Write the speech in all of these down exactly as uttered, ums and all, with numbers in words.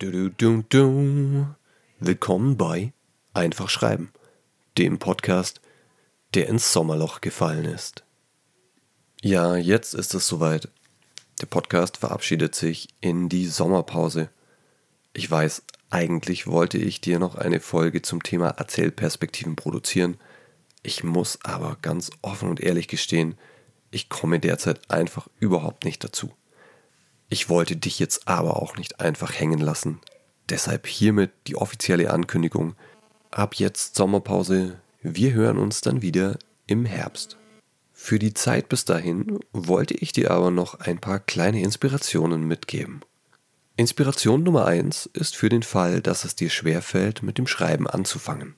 Du, du, du, du. Willkommen bei Einfach Schreiben, dem Podcast, der ins Sommerloch gefallen ist. Ja, jetzt ist es soweit. Der Podcast verabschiedet sich in die Sommerpause. Ich weiß, eigentlich wollte ich dir noch eine Folge zum Thema Erzählperspektiven produzieren. Ich muss aber ganz offen und ehrlich gestehen, ich komme derzeit einfach überhaupt nicht dazu. Ich wollte dich jetzt aber auch nicht einfach hängen lassen. Deshalb hiermit die offizielle Ankündigung. Ab jetzt Sommerpause. Wir hören uns dann wieder im Herbst. Für die Zeit bis dahin wollte ich dir aber noch ein paar kleine Inspirationen mitgeben. Inspiration Nummer eins ist für den Fall, dass es dir schwerfällt, mit dem Schreiben anzufangen.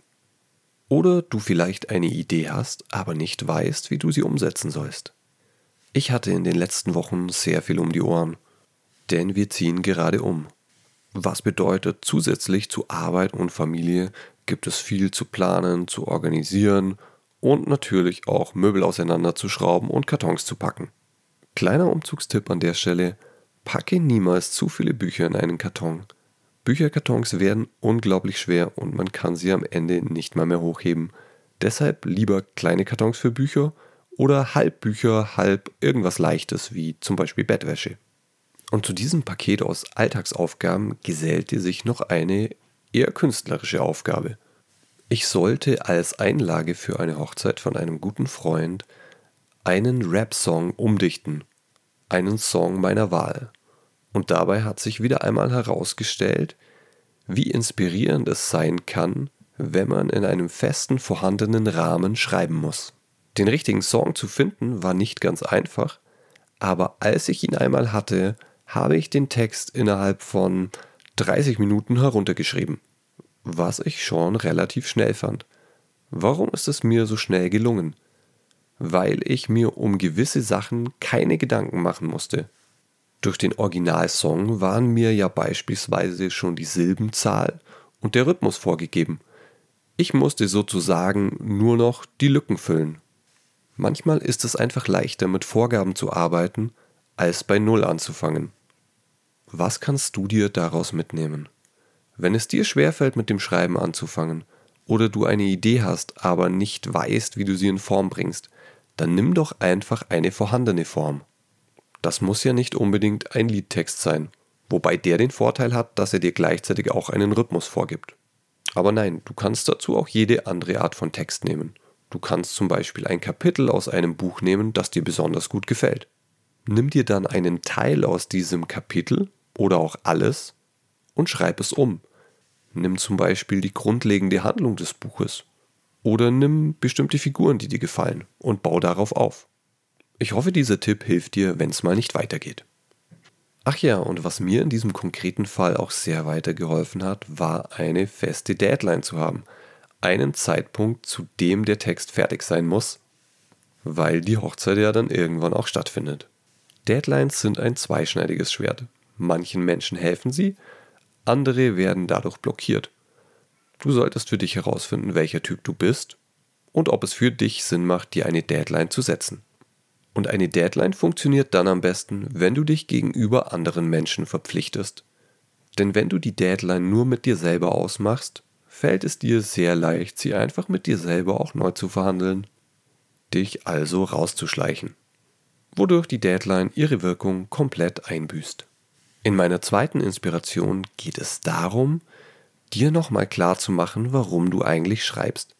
Oder du vielleicht eine Idee hast, aber nicht weißt, wie du sie umsetzen sollst. Ich hatte in den letzten Wochen sehr viel um die Ohren. Denn wir ziehen gerade um. Was bedeutet, zusätzlich zu Arbeit und Familie gibt es viel zu planen, zu organisieren und natürlich auch Möbel auseinanderzuschrauben und Kartons zu packen. Kleiner Umzugstipp an der Stelle: Packe niemals zu viele Bücher in einen Karton. Bücherkartons werden unglaublich schwer und man kann sie am Ende nicht mal mehr hochheben. Deshalb lieber kleine Kartons für Bücher oder halb Bücher, halb irgendwas Leichtes wie zum Beispiel Bettwäsche. Und zu diesem Paket aus Alltagsaufgaben gesellte sich noch eine eher künstlerische Aufgabe. Ich sollte als Einlage für eine Hochzeit von einem guten Freund einen Rap-Song umdichten. Einen Song meiner Wahl. Und dabei hat sich wieder einmal herausgestellt, wie inspirierend es sein kann, wenn man in einem festen vorhandenen Rahmen schreiben muss. Den richtigen Song zu finden war nicht ganz einfach, aber als ich ihn einmal hatte, habe ich den Text innerhalb von dreißig Minuten heruntergeschrieben, was ich schon relativ schnell fand. Warum ist es mir so schnell gelungen? Weil ich mir um gewisse Sachen keine Gedanken machen musste. Durch den Originalsong waren mir ja beispielsweise schon die Silbenzahl und der Rhythmus vorgegeben. Ich musste sozusagen nur noch die Lücken füllen. Manchmal ist es einfach leichter, mit Vorgaben zu arbeiten, als bei Null anzufangen. Was kannst du dir daraus mitnehmen? Wenn es dir schwerfällt, mit dem Schreiben anzufangen, oder du eine Idee hast, aber nicht weißt, wie du sie in Form bringst, dann nimm doch einfach eine vorhandene Form. Das muss ja nicht unbedingt ein Liedtext sein, wobei der den Vorteil hat, dass er dir gleichzeitig auch einen Rhythmus vorgibt. Aber nein, du kannst dazu auch jede andere Art von Text nehmen. Du kannst zum Beispiel ein Kapitel aus einem Buch nehmen, das dir besonders gut gefällt. Nimm dir dann einen Teil aus diesem Kapitel oder auch alles und schreib es um. Nimm zum Beispiel die grundlegende Handlung des Buches oder nimm bestimmte Figuren, die dir gefallen und bau darauf auf. Ich hoffe, dieser Tipp hilft dir, wenn es mal nicht weitergeht. Ach ja, und was mir in diesem konkreten Fall auch sehr weitergeholfen hat, war eine feste Deadline zu haben. Einen Zeitpunkt, zu dem der Text fertig sein muss, weil die Hochzeit ja dann irgendwann auch stattfindet. Deadlines sind ein zweischneidiges Schwert. Manchen Menschen helfen sie, andere werden dadurch blockiert. Du solltest für dich herausfinden, welcher Typ du bist und ob es für dich Sinn macht, dir eine Deadline zu setzen. Und eine Deadline funktioniert dann am besten, wenn du dich gegenüber anderen Menschen verpflichtest. Denn wenn du die Deadline nur mit dir selber ausmachst, fällt es dir sehr leicht, sie einfach mit dir selber auch neu zu verhandeln. Dich also rauszuschleichen, wodurch die Deadline ihre Wirkung komplett einbüßt. In meiner zweiten Inspiration geht es darum, dir nochmal klar zu machen, warum du eigentlich schreibst.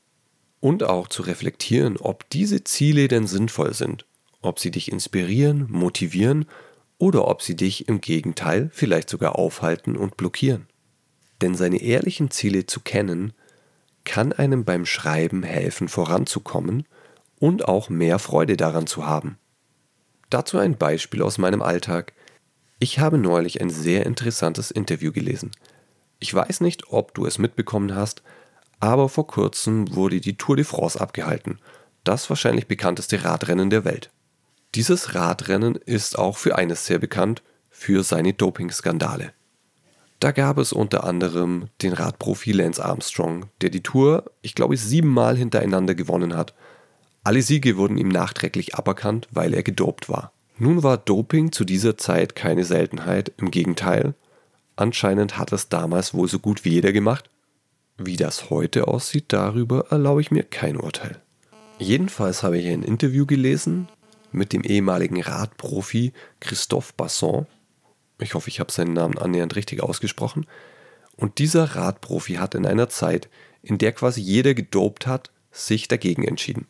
Und auch zu reflektieren, ob diese Ziele denn sinnvoll sind, ob sie dich inspirieren, motivieren oder ob sie dich im Gegenteil vielleicht sogar aufhalten und blockieren. Denn seine ehrlichen Ziele zu kennen, kann einem beim Schreiben helfen, voranzukommen und auch mehr Freude daran zu haben. Dazu ein Beispiel aus meinem Alltag. Ich habe neulich ein sehr interessantes Interview gelesen. Ich weiß nicht, ob du es mitbekommen hast, aber vor kurzem wurde die Tour de France abgehalten, das wahrscheinlich bekannteste Radrennen der Welt. Dieses Radrennen ist auch für eines sehr bekannt, für seine Dopingskandale. Da gab es unter anderem den Radprofi Lance Armstrong, der die Tour, ich glaube, siebenmal hintereinander gewonnen hat. Alle Siege wurden ihm nachträglich aberkannt, weil er gedopt war. Nun war Doping zu dieser Zeit keine Seltenheit, im Gegenteil. Anscheinend hat es damals wohl so gut wie jeder gemacht. Wie das heute aussieht, darüber erlaube ich mir kein Urteil. Jedenfalls habe ich ein Interview gelesen mit dem ehemaligen Radprofi Christophe Basson. Ich hoffe, ich habe seinen Namen annähernd richtig ausgesprochen. Und dieser Radprofi hat in einer Zeit, in der quasi jeder gedopt hat, sich dagegen entschieden.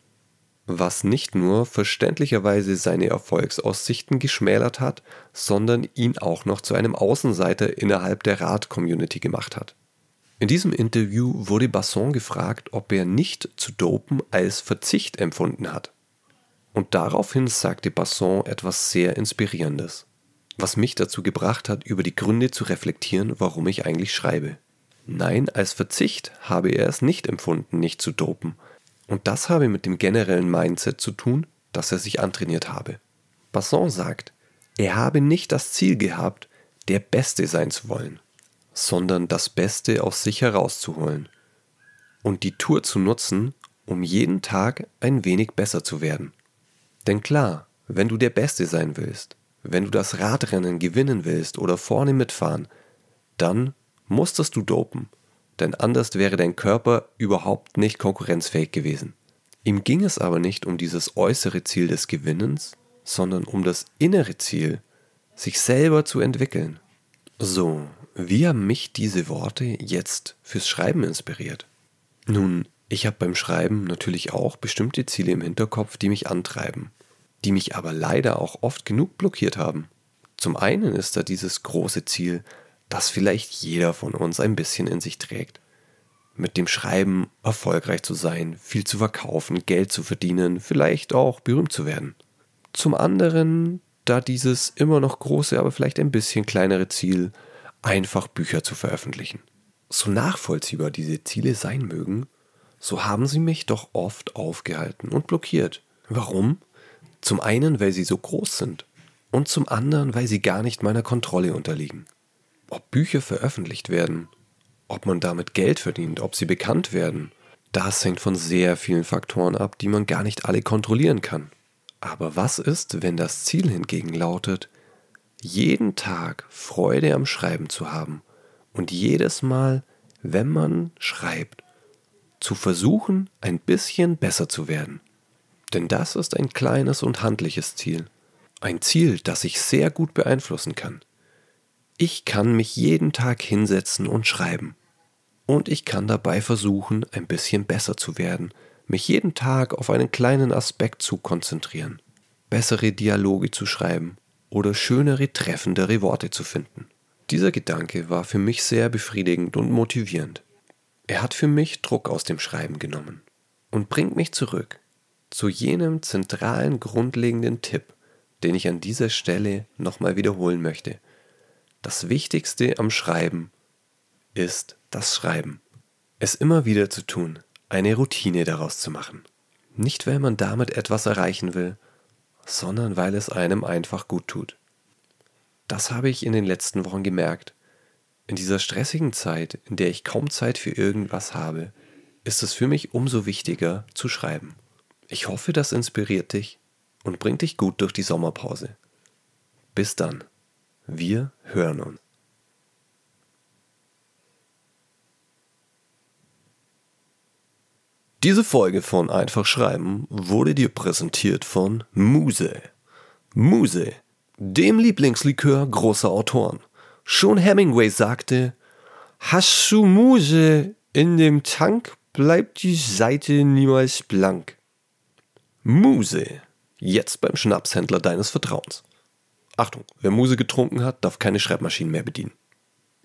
Was nicht nur verständlicherweise seine Erfolgsaussichten geschmälert hat, sondern ihn auch noch zu einem Außenseiter innerhalb der Rad-Community gemacht hat. In diesem Interview wurde Basson gefragt, ob er nicht zu dopen als Verzicht empfunden hat. Und daraufhin sagte Basson etwas sehr Inspirierendes, was mich dazu gebracht hat, über die Gründe zu reflektieren, warum ich eigentlich schreibe. Nein, als Verzicht habe er es nicht empfunden, nicht zu dopen. Und das habe mit dem generellen Mindset zu tun, das er sich antrainiert habe. Basson sagt, er habe nicht das Ziel gehabt, der Beste sein zu wollen, sondern das Beste aus sich herauszuholen und die Tour zu nutzen, um jeden Tag ein wenig besser zu werden. Denn klar, wenn du der Beste sein willst, wenn du das Radrennen gewinnen willst oder vorne mitfahren, dann musstest du dopen, denn anders wäre dein Körper überhaupt nicht konkurrenzfähig gewesen. Ihm ging es aber nicht um dieses äußere Ziel des Gewinnens, sondern um das innere Ziel, sich selber zu entwickeln. So, wie haben mich diese Worte jetzt fürs Schreiben inspiriert? Nun, ich habe beim Schreiben natürlich auch bestimmte Ziele im Hinterkopf, die mich antreiben, die mich aber leider auch oft genug blockiert haben. Zum einen ist da dieses große Ziel, das vielleicht jeder von uns ein bisschen in sich trägt. Mit dem Schreiben erfolgreich zu sein, viel zu verkaufen, Geld zu verdienen, vielleicht auch berühmt zu werden. Zum anderen da dieses immer noch große, aber vielleicht ein bisschen kleinere Ziel, einfach Bücher zu veröffentlichen. So nachvollziehbar diese Ziele sein mögen, so haben sie mich doch oft aufgehalten und blockiert. Warum? Zum einen, weil sie so groß sind und zum anderen, weil sie gar nicht meiner Kontrolle unterliegen. Ob Bücher veröffentlicht werden, ob man damit Geld verdient, ob sie bekannt werden, das hängt von sehr vielen Faktoren ab, die man gar nicht alle kontrollieren kann. Aber was ist, wenn das Ziel hingegen lautet, jeden Tag Freude am Schreiben zu haben und jedes Mal, wenn man schreibt, zu versuchen, ein bisschen besser zu werden? Denn das ist ein kleines und handliches Ziel. Ein Ziel, das ich sehr gut beeinflussen kann. Ich kann mich jeden Tag hinsetzen und schreiben. Und ich kann dabei versuchen, ein bisschen besser zu werden, mich jeden Tag auf einen kleinen Aspekt zu konzentrieren, bessere Dialoge zu schreiben oder schönere, treffendere Worte zu finden. Dieser Gedanke war für mich sehr befriedigend und motivierend. Er hat für mich Druck aus dem Schreiben genommen und bringt mich zurück zu jenem zentralen, grundlegenden Tipp, den ich an dieser Stelle nochmal wiederholen möchte. Das Wichtigste am Schreiben ist das Schreiben. Es immer wieder zu tun, eine Routine daraus zu machen. Nicht, weil man damit etwas erreichen will, sondern weil es einem einfach gut tut. Das habe ich in den letzten Wochen gemerkt. In dieser stressigen Zeit, in der ich kaum Zeit für irgendwas habe, ist es für mich umso wichtiger zu schreiben. Ich hoffe, das inspiriert dich und bringt dich gut durch die Sommerpause. Bis dann. Wir hören uns. Diese Folge von Einfach Schreiben wurde dir präsentiert von Muse. Muse, dem Lieblingslikör großer Autoren. Schon Hemingway sagte, hast du Muse in dem Tank, bleibt die Seite niemals blank. Muse, jetzt beim Schnapshändler deines Vertrauens. Achtung, wer Muse getrunken hat, darf keine Schreibmaschinen mehr bedienen.